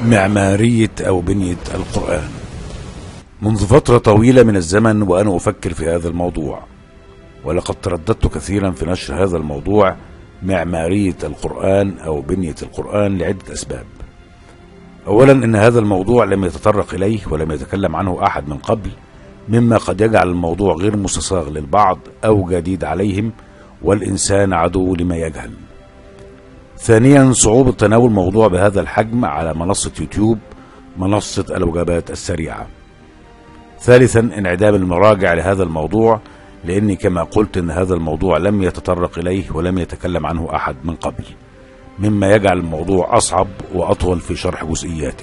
معمارية أو بنية القرآن. منذ فترة طويلة من الزمن وأنا أفكر في هذا الموضوع، ولقد ترددت كثيرا في نشر هذا الموضوع معمارية القرآن أو بنية القرآن لعدة أسباب. أولا، إن هذا الموضوع لم يتطرق إليه ولم يتكلم عنه أحد من قبل، مما قد يجعل الموضوع غير مستساغ للبعض أو جديد عليهم، والإنسان عدو لما يجهل. ثانيا، صعوبة تناول موضوع بهذا الحجم على منصة يوتيوب، منصة الوجبات السريعة. ثالثا، انعدام المراجع لهذا الموضوع، لأني كما قلت إن هذا الموضوع لم يتطرق إليه ولم يتكلم عنه أحد من قبل، مما يجعل الموضوع أصعب وأطول في شرح جزئياته.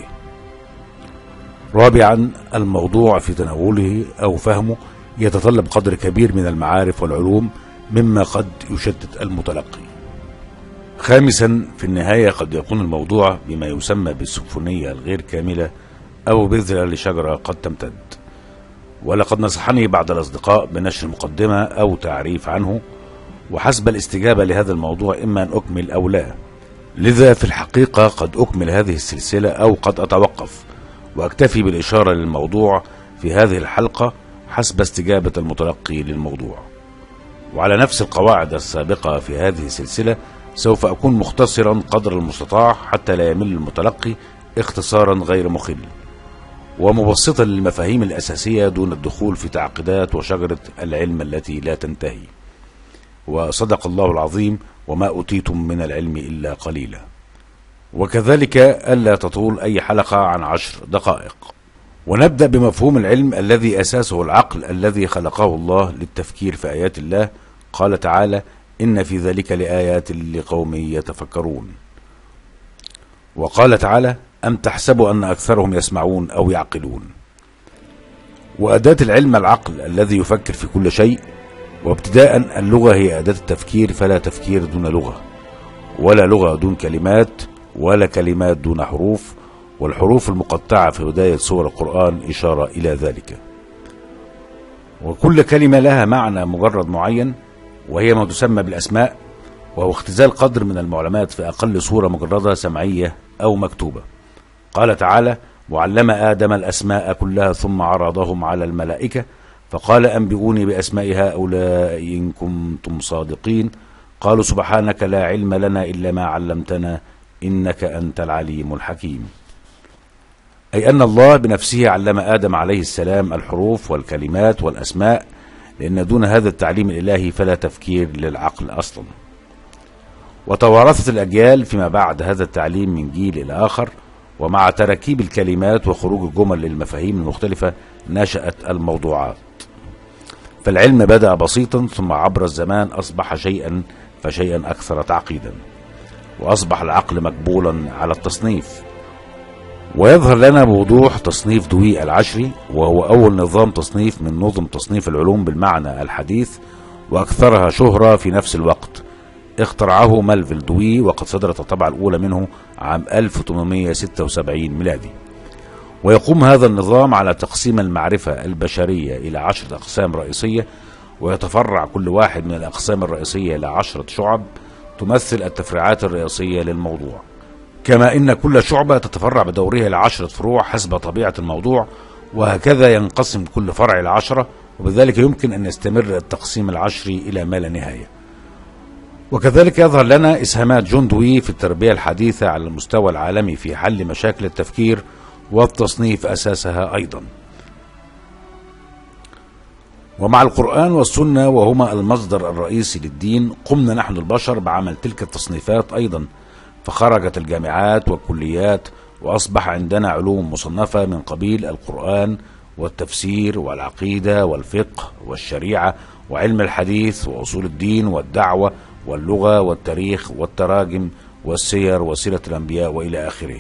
رابعا، الموضوع في تناوله أو فهمه يتطلب قدر كبير من المعارف والعلوم، مما قد يشتت المتلقي. خامسا، في النهاية قد يكون الموضوع بما يسمى بالسيمفونية الغير كاملة أو بذرة لشجرة قد تمتد. ولقد نصحني بعض الأصدقاء بنشر مقدمة أو تعريف عنه، وحسب الاستجابة لهذا الموضوع إما أن أكمل أو لا. لذا في الحقيقة قد أكمل هذه السلسلة أو قد أتوقف وأكتفي بالإشارة للموضوع في هذه الحلقة حسب استجابة المتلقي للموضوع. وعلى نفس القواعد السابقة في هذه السلسلة سوف أكون مختصرا قدر المستطاع حتى لا يمل المتلقي اختصارا غير مخل، ومبسطا للمفاهيم الأساسية دون الدخول في تعقيدات وشجرة العلم التي لا تنتهي. وصدق الله العظيم: وما أوتيتم من العلم إلا قليلا. وكذلك ألا تطول أي حلقة عن 10 دقائق. ونبدأ بمفهوم العلم الذي أساسه العقل الذي خلقه الله للتفكير في آيات الله. قال تعالى: إن في ذلك لآيات لقوم يتفكرون. وقال تعالى: أم تحسبوا أن أكثرهم يسمعون أو يعقلون. وأداة العلم العقل الذي يفكر في كل شيء. وابتداء اللغة هي أداة التفكير، فلا تفكير دون لغة، ولا لغة دون كلمات، ولا كلمات دون حروف، والحروف المقطعة في بداية سور القرآن إشارة إلى ذلك. وكل كلمة لها معنى مجرد معين، وهي ما تسمى بالأسماء، وهو اختزال قدر من المعلومات في أقل صورة مجردة سمعية أو مكتوبة. قال تعالى: وعلم آدم الأسماء كلها ثم عرضهم على الملائكة فقال أنبئوني بأسماء هؤلاء إن كنتم صادقين قالوا سبحانك لا علم لنا إلا ما علمتنا إنك أنت العليم الحكيم. أي أن الله بنفسه علم آدم عليه السلام الحروف والكلمات والأسماء، لأن دون هذا التعليم الإلهي فلا تفكير للعقل أصلا. وتوارثت الأجيال فيما بعد هذا التعليم من جيل إلى آخر، ومع تركيب الكلمات وخروج الجمل للمفاهيم المختلفة نشأت الموضوعات. فالعلم بدأ بسيطا، ثم عبر الزمان أصبح شيئا فشيئا أكثر تعقيدا، وأصبح العقل مقبولا على التصنيف. ويظهر لنا بوضوح تصنيف دوي العشري، وهو أول نظام تصنيف من نظم تصنيف العلوم بالمعنى الحديث، وأكثرها شهرة في نفس الوقت. اخترعه مالفيل دوي، وقد صدرت الطبعة الأولى منه عام 1876 ميلادي. ويقوم هذا النظام على تقسيم المعرفة البشرية إلى 10 أقسام رئيسية، ويتفرع كل واحد من الأقسام الرئيسية إلى 10 شعب تمثل التفريعات الرئيسية للموضوع، كما إن كل شعبة تتفرع بدورها إلى 10 فروع حسب طبيعة الموضوع، وهكذا ينقسم كل فرع إلى 10، وبذلك يمكن أن يستمر التقسيم العشري إلى ما لا نهاية. وكذلك يظهر لنا إسهامات جون دوي في التربية الحديثة على المستوى العالمي في حل مشاكل التفكير والتصنيف أساسها أيضا. ومع القرآن والسنة وهما المصدر الرئيسي للدين، قمنا نحن البشر بعمل تلك التصنيفات أيضا، فخرجت الجامعات والكليات، وأصبح عندنا علوم مصنفة من قبيل القرآن والتفسير والعقيدة والفقه والشريعة وعلم الحديث وأصول الدين والدعوة واللغة والتاريخ والتراجم والسير وسيرة الأنبياء وإلى آخره.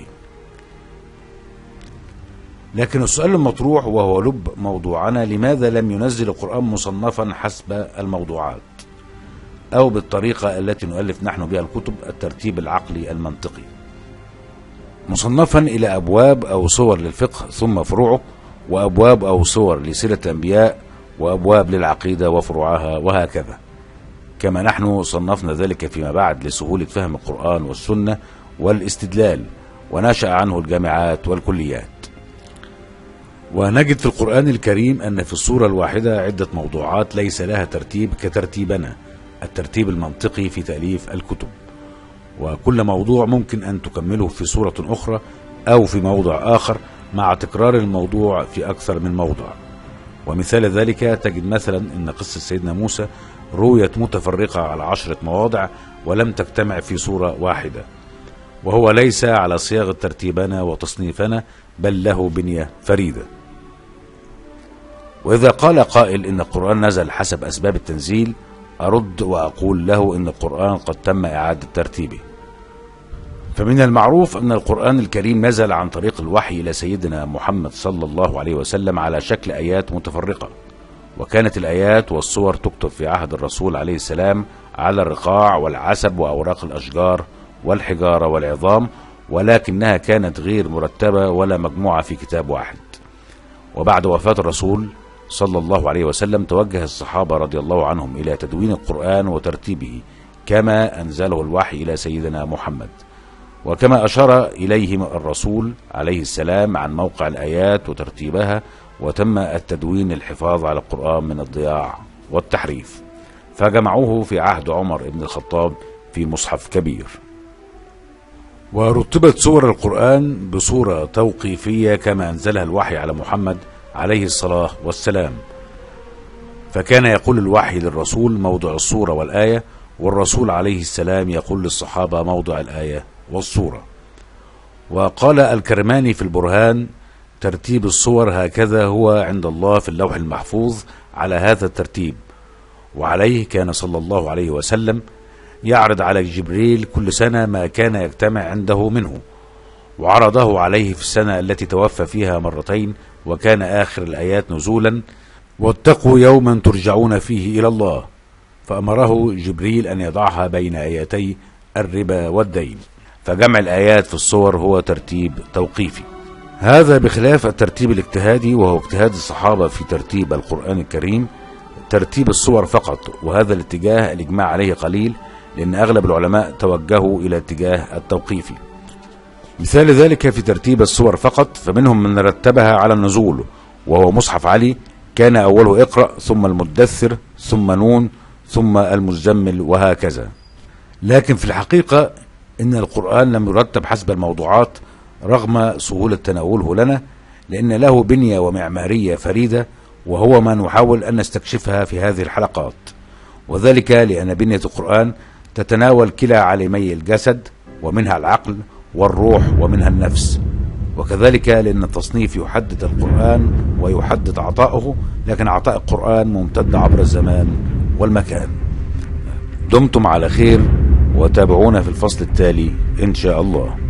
لكن السؤال المطروح وهو لب موضوعنا: لماذا لم ينزل القرآن مصنفا حسب الموضوعات، أو بالطريقة التي نؤلف نحن بها الكتب، الترتيب العقلي المنطقي، مصنفا إلى أبواب أو صور للفقه ثم فروعه، وأبواب أو صور لسيرة الأنبياء، وأبواب للعقيدة وفروعها، وهكذا، كما نحن صنفنا ذلك فيما بعد لسهولة فهم القرآن والسنة والاستدلال، ونشأ عنه الجامعات والكليات. ونجد في القرآن الكريم أن في السورة الواحدة عدة موضوعات ليس لها ترتيب كترتيبنا، الترتيب المنطقي في تأليف الكتب، وكل موضوع ممكن أن تكمله في سورة أخرى أو في موضع آخر مع تكرار الموضوع في أكثر من موضع. ومثال ذلك تجد مثلا أن قصة سيدنا موسى رويت متفرقة على 10 مواضع ولم تجتمع في سورة واحدة، وهو ليس على صياغة ترتيبنا وتصنيفنا بل له بنية فريدة. وإذا قال قائل إن القرآن نزل حسب أسباب التنزيل، أرد وأقول له إن القرآن قد تم إعادة ترتيبه. فمن المعروف أن القرآن الكريم نزل عن طريق الوحي إلى سيدنا محمد صلى الله عليه وسلم على شكل آيات متفرقة، وكانت الآيات والصور تكتب في عهد الرسول عليه السلام على الرقاع والعسب وأوراق الأشجار والحجارة والعظام، ولكنها كانت غير مرتبة ولا مجموعة في كتاب واحد. وبعد وفاة الرسول صلى الله عليه وسلم توجه الصحابة رضي الله عنهم إلى تدوين القرآن وترتيبه كما أنزله الوحي إلى سيدنا محمد، وكما أشار إليه الرسول عليه السلام عن موقع الآيات وترتيبها، وتم التدوين الحفاظ على القرآن من الضياع والتحريف، فجمعوه في عهد عمر بن الخطاب في مصحف كبير. ورتبت سور القرآن بصورة توقيفية كما أنزلها الوحي على محمد عليه الصلاة والسلام، فكان يقول الوحي للرسول موضع الصورة والآية، والرسول عليه السلام يقول للصحابة موضع الآية والصورة. وقال الكرماني في البرهان: ترتيب الصور هكذا هو عند الله في اللوح المحفوظ على هذا الترتيب، وعليه كان صلى الله عليه وسلم يعرض على جبريل كل سنة ما كان يجتمع عنده منه، وعرضه عليه في السنة التي توفى فيها مرتين، وكان آخر الآيات نزولا: واتقوا يوما ترجعون فيه إلى الله، فأمره جبريل أن يضعها بين آياتي الربا والدين. فجمع الآيات في الصور هو ترتيب توقيفي، هذا بخلاف الترتيب الاجتهادي وهو اجتهاد الصحابة في ترتيب القرآن الكريم، ترتيب الصور فقط، وهذا الاتجاه الإجماع عليه قليل، لأن أغلب العلماء توجهوا إلى اتجاه التوقيفي. مثال ذلك في ترتيب الصور فقط، فمنهم من رتبها على النزول، وهو مصحف علي كان أوله اقرأ ثم المدثر ثم نون ثم المزمل وهكذا. لكن في الحقيقة إن القرآن لم يرتب حسب الموضوعات رغم سهولة تناوله لنا، لأن له بنية ومعمارية فريدة، وهو ما نحاول أن نستكشفها في هذه الحلقات، وذلك لأن بنية القرآن تتناول كلا عالمي الجسد، ومنها العقل والروح ومنها النفس، وكذلك لأن التصنيف يحدد القرآن ويحدد عطاؤه، لكن عطاء القرآن ممتد عبر الزمان والمكان. دمتم على خير، وتابعونا في الفصل التالي إن شاء الله.